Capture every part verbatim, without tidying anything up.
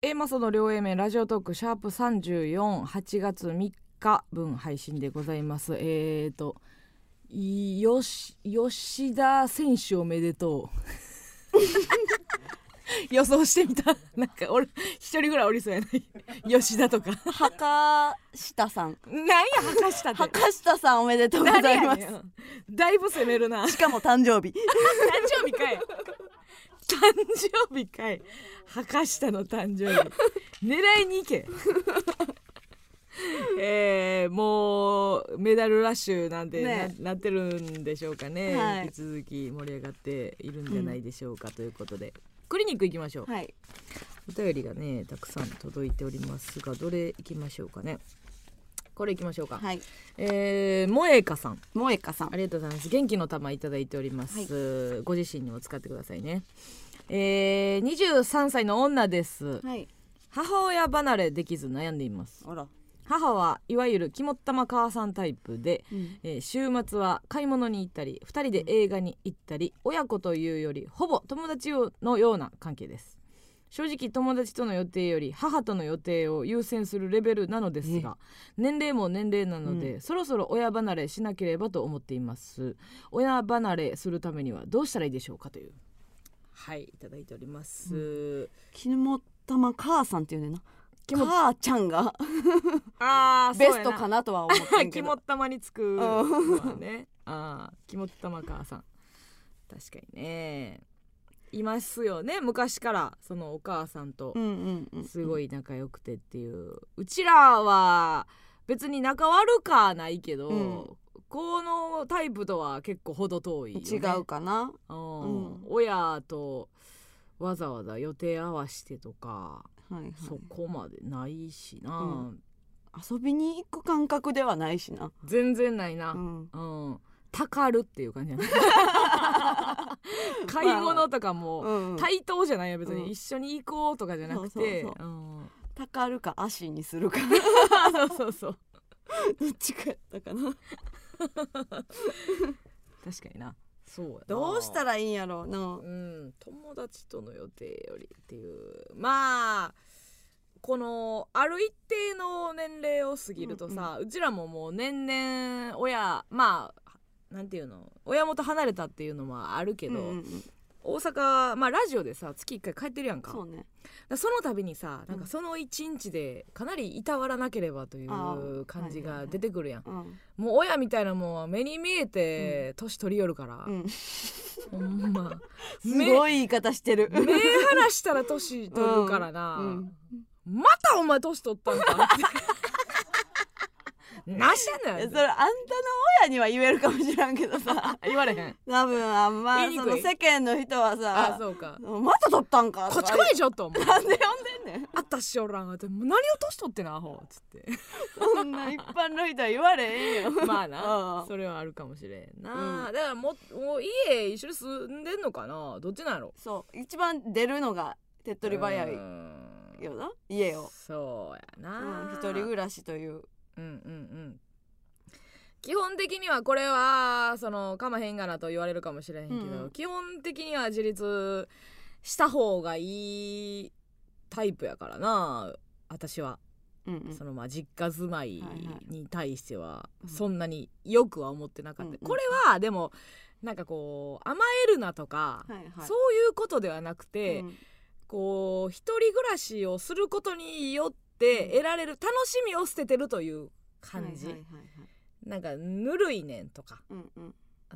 A マソの両 A 面ラジオトークシャープさんじゅうよん、はちがつみっか分配信でございます。えーとよし吉田選手おめでとう予想してみた。なんか俺一人ぐらいおりそうやない吉田とか墓下さんなんや墓下って墓下さんおめでとうございます。 だいぶ攻めるな。 しかも誕生日誕生日かい誕生日かい墓下の誕生日狙いに行けえー、もうメダルラッシュなんて な,、ね、なってるんでしょうかね、はい、引き続き盛り上がっているんじゃないでしょうか、うん、ということでクリニック行きましょう、はい、お便りがねたくさん届いておりますがどれ行きましょうかね。これ行きましょうか、はい、えー、萌香さん萌香さんありがとうございます。元気の玉いただいております、はい、ご自身にも使ってくださいね。えー、にじゅうさんさいの女です、はい、母親離れできず悩んでいます。あら母はいわゆる肝っ玉母さんタイプで、うんえー、週末は買い物に行ったりふたりで映画に行ったり親子というよりほぼ友達のような関係です。正直友達との予定より母との予定を優先するレベルなのですが、年齢も年齢なので、うん、そろそろ親離れしなければと思っています。親離れするためにはどうしたらいいでしょうかというはいいただいております、うん、 肝っ玉母さんっていうねんな母ちゃんがあベストかなとは思ってんけど肝っ玉につくのはねあ肝っ玉母さん確かにねいますよね。昔からそのお母さんとすごい仲良くてっていう、うんうんうん、うちらは別に仲悪かないけど、うん、このタイプとは結構程遠いよね。 違うかな、 うん、親とわざわざ予定合わせてとかはいはい、そこまでないしな、うん、 遊びに行く感覚ではないしな全然ないな、うんうん、たかるっていう感じやな買い物とかも、まあうん、対等じゃないよ別に、うん、一緒に行こうとかじゃなくてたかるか足にするかそうそうそうどっちかやったかな確かになそうやなどうしたらいいんやろうな、 うん、友達との予定よりっていうまあこのある一定の年齢を過ぎるとさ、うんうん、うちらももう年々親まあなんていうの親元離れたっていうのもあるけど、うんうんうん、大阪まあラジオでさ月いっかい帰ってるやんか。 そうねだその度にさなんかその一日でかなりいたわらなければという感じが出てくるやん、はいはいはい、もう親みたいなもんは目に見えて年取りよるから、うん、ほんますごい言い方してる目離したら年取るからな、うんうん、またお前年取ったんかってなしやねんそれあんたの親には言えるかもしらんけどさ言われへん多分あんまその世間の人はさあそうかまた取ったんかこっち来いちょっとなんで呼んでんねんあったしおらんって何を年取ってなアホつってそんな一般の人は言われへんよまあなそれはあるかもしれんな、うん、だからももう家一緒に住んでんのかなどっちなんやろ。 そう一番出るのが手っ取り早いよな家をそうやな、 うん、一人暮らしといううんうんうん基本的にはこれはそのかまへんがなと言われるかもしれへんけど、うん、基本的には自立した方がいいタイプやからな私は、うんうん、そのまあ実家住まいに対してはそんなによくは思ってなかった、うんうん、これはでもなんかこう甘えるなとか、はいはい、そういうことではなくて、うん、こう一人暮らしをすることによって得られる楽しみを捨ててるという感じ、はいはいはいはい、なんかぬるいねんとか、うんうん、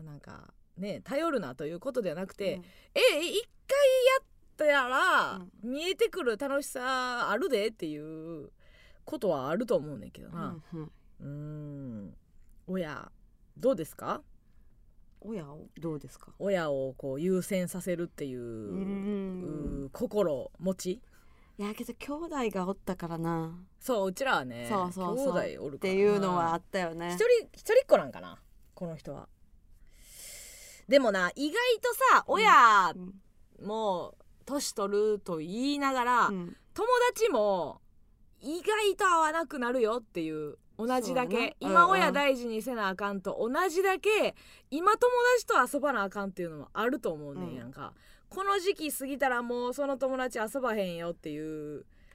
なんかね頼るなということではなくて、うん、え一回やったら、うん、見えてくる楽しさあるでっていうことはあると思うねんけどな、うんうん、うーん親どうですか。 親をどうですか。 親をこう優先させるっていう、うう心持ち。 いやけど兄弟がおったからな。 そううちらはねそうそうそう兄弟おるからっていうのはあったよね。 一人一人っ子なんかなこの人は。でもな意外とさ親も年取ると言いながら、うん、友達も意外と合わなくなるよっていう同じだけ、今親大事にせなあかんと同じだけ今友達と遊ばなあかんっていうのもあると思うねんやんか、うん、この時期過ぎたらもうその友達遊ばへんよっていう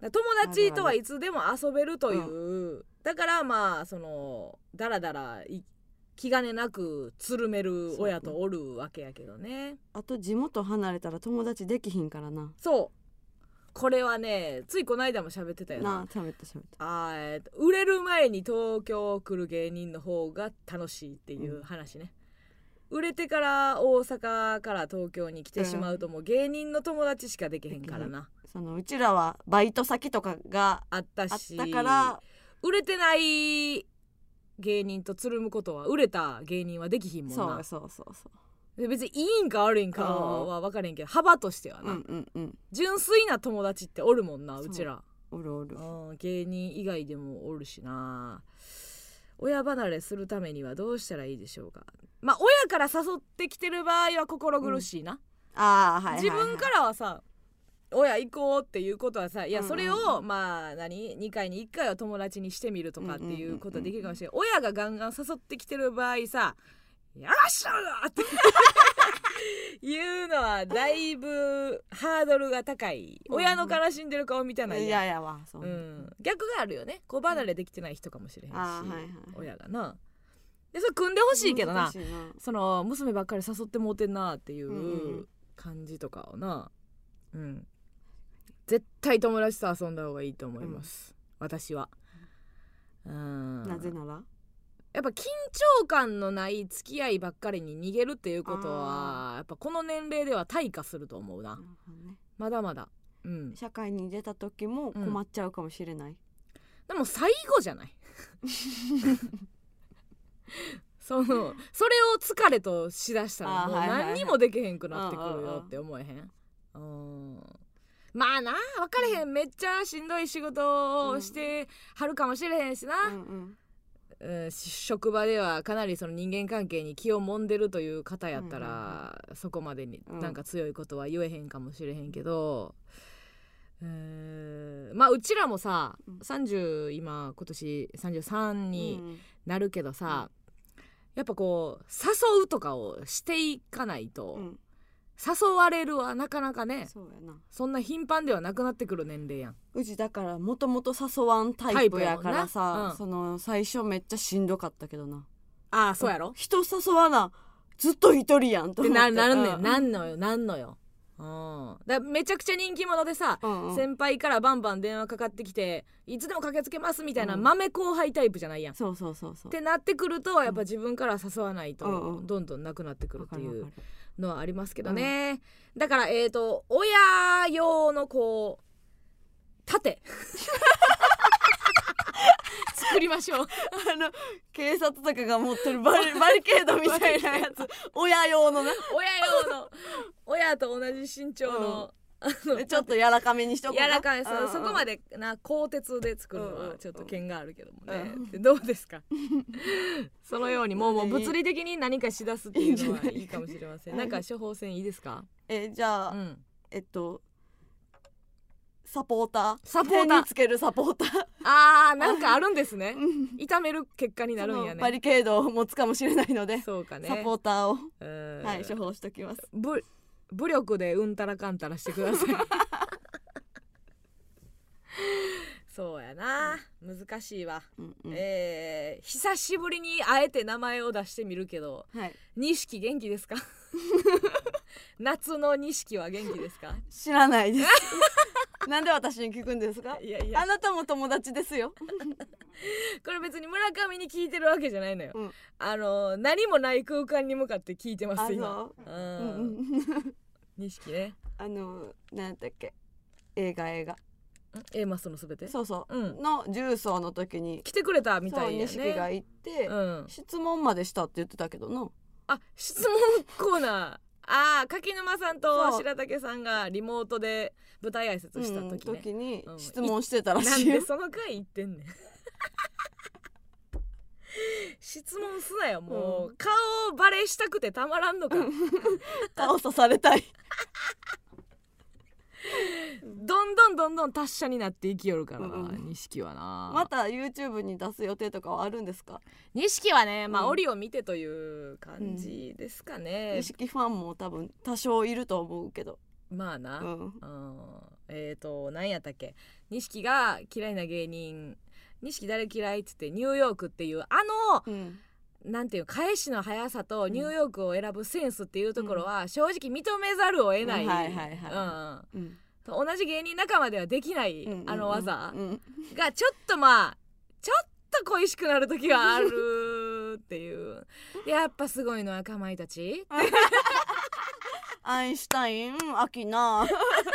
友達とはいつでも遊べるという、うん、だからまあそのだらだら気兼ねなくつるめる親とおるわけやけどね。 あと地元離れたら友達できひんからな。 そうこれはねついこの間も喋ってたよな。 な喋った喋った。 あー、えー、と売れる前に東京来る芸人の方が楽しいっていう話ね、うん、売れてから大阪から東京に来てしまうともう芸人の友達しかできへんからな、 そのうちらはバイト先とかがあったしあったから売れてない芸人とつるむことは売れた芸人はできひんもんな。 そうそうそうそうで別にいいんか悪いんかは分からへんけど幅としてはな、 うんうんうん、 純粋な友達っておるもんな。うちらおるおる、 うん、芸人以外でもおるしな。親離れするためにはどうしたらいいでしょうか。まあ親から誘ってきてる場合は心苦しいな、うん、 あ、はいはいはい、 自分からはさ親行こうっていうことはさいやそれを、 うんうん、 まあ何にかいにいっかいは友達にしてみるとかっていうことはできるかもしれない、親がガンガン誘ってきてる場合さよっしゃーって言うのはだいぶハードルが高い、うん、親の悲しんでる顔見たないやいやいやわそう、 うん、逆があるよね。子離れできてない人かもしれへんし、うんはいはい、親がなでそれ組んでほしいけど な, なその娘ばっかり誘ってもうてんなっていう感じとかをな、うん、絶対友達と遊んだ方がいいと思います、うん、私は。うんなぜならやっぱ緊張感のない付き合いばっかりに逃げるっていうことはやっぱこの年齢では退化すると思うな、ね、まだまだ、うん、 社会に出た時も困っちゃうかもしれない、うん、 でも最後じゃないそのそれを疲れとしだしたらもう何にもできへんくなってくるよって思えへん。うんまあな分かれへん、めっちゃしんどい仕事をしてはるかもしれへんしな、うんうんうん、職場ではかなりその人間関係に気をもんでるという方やったら、うんうん、そこまでになんか強いことは言えへんかもしれへんけど、うん、まあうちらもささんじゅう今今年さんじゅうさんになるけどさ、うん、やっぱこう誘うとかをしていかないと、うん、誘われるはなかなかね、 そうやな、 そんな頻繁ではなくなってくる年齢やん。 うちだからもともと誘わんタイプやからさ、うん、その最初めっちゃしんどかったけどな。 ああそうやろ、 人誘わなずっと一人やんと思ってな, なるねん、うん、なんのよなんのよ、うん、だめちゃくちゃ人気者でさ、うんうん、先輩からバンバン電話かかってきていつでも駆けつけますみたいな、うん、豆後輩タイプじゃないやん。 そうそうそうそうってなってくるとやっぱ自分から誘わないとどんどんなくなってくるっていうのはありますけどね、うん、だからえーと親用のこう盾作りましょうあの警察とかが持ってるバ リ, バリケードみたいなやつ親用のな親用の親と同じ身長の、 うん、ちょっと柔らかめにしとこうか。 柔らかめ、うんうん、そこまでな鋼鉄で作るのはちょっと剣があるけどもね、うん、どうですかそのようにもう、もう物理的に何かしだすっていうのはいいかもしれません。なんか処方箋いいですか。 えじゃあ、うん、えっとサポーターサポーター手につけるサポーターあーなんかあるんですね痛める結果になるんやね。 バリケードを持つかもしれないので、 そうかね、 サポーターを、はい、処方しときます。 ぶ武力でうんたらかんたらしてくださいそうやな、難しいわ、うんうん、えー、久しぶりにあえて名前を出してみるけど、はい、錦元気ですか夏の錦は元気ですか。 知らないですなんで私に聞くんですか。 いやいやあなたも友達ですよこれ別に村上に聞いてるわけじゃないのよ、うん、あの何もない空間に向かって聞いてます今。錦ね、 あのなんだっけ映画映画 A マスのすべてそうそう、 うん、 の重曹の時に来てくれたみたいやね。 錦が行って、うん、質問までしたって言ってたけどな。 あ、質問コーナーあー柿沼さんと白竹さんがリモートで舞台挨拶した時ね、 うん、時に質問してたらしい、うん、 なんでその回言ってんねん質問すなよもう、うん、顔をバレしたくてたまらんのか顔刺されたいどんどんどんどん達者になっていきよるからな、錦、うん、はな。 また YouTube に出す予定とかはあるんですか。 錦はね、まあ、うん、折を見てという感じですかね。 錦、うん、ファンも多分多少いると思うけどまあな、うん、うん、 えーと何やったっけ、錦が嫌いな芸人、錦誰嫌いっつってニューヨークっていうあの、うん、なんていう返しの速さとニューヨークを選ぶセンスっていうところは正直認めざるを得ない、同じ芸人仲間ではできない、うん、あの技がちょっとまあちょっと恋しくなる時があるっていうやっぱすごいのはかまいたちアインシュタインアキナ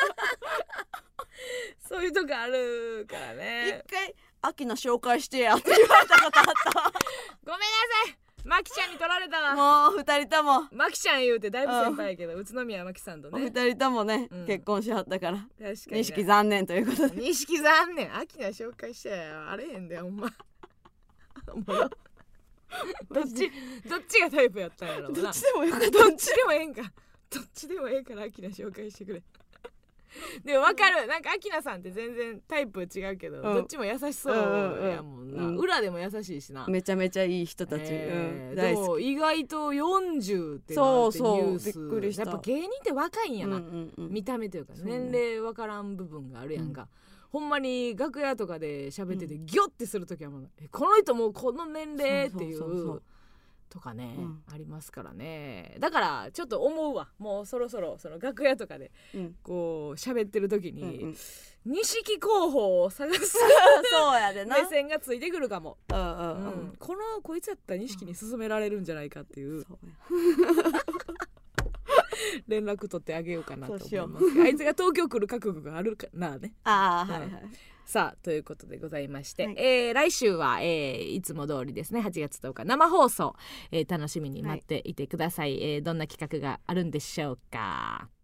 そういうとこあるからね。 一回アキナ紹介してやって言われたことあったごめんなさいマキちゃんに取られたわ。 もう二人ともマキちゃん言うてだいぶ先輩やけど宇都宮マキさんとね二人ともね、うん、結婚しはったから確かに錦残念ということで錦残念アキナ紹介してやあれへんだよほんまどっちどっちがタイプやったんやろうな。 どっちでもよかった。 どっちでもええんかどっちでもええからアキナ紹介してくれでも分かる、なんかアキナさんって全然タイプ違うけど、うん、どっちも優しそうやもんな、うんうん、裏でも優しいしな、 めちゃめちゃいい人たち、 えーうん、大好き。意外とよんじゅうってなってニュース、 そうそうびっくりした。 やっぱ芸人って若いんやな、うんうんうん、見た目というかね、 年齢分からん部分があるやんか、うん、ほんまに楽屋とかで喋っててギョッてするときはもう、えこの人もうこの年齢っていう、そうそうそうそうとかね、うん、ありますからね。だからちょっと思うわ、もうそろそろその楽屋とかでこう喋ってる時に錦、うん、候補を探すそうやでな目線がついてくるかも、うんうんうんうん、このこいつやったら錦に勧められるんじゃないかっていう、うん、そうや連絡取ってあげようかなと思いますあいつが東京来る覚悟があるかなね。 あー、はいはい。 さあということでございまして、 はい、 えー、来週は、えー、いつも通りですねはちがつとおか生放送、えー、楽しみに待っていてください、はい、えー、どんな企画があるんでしょうか。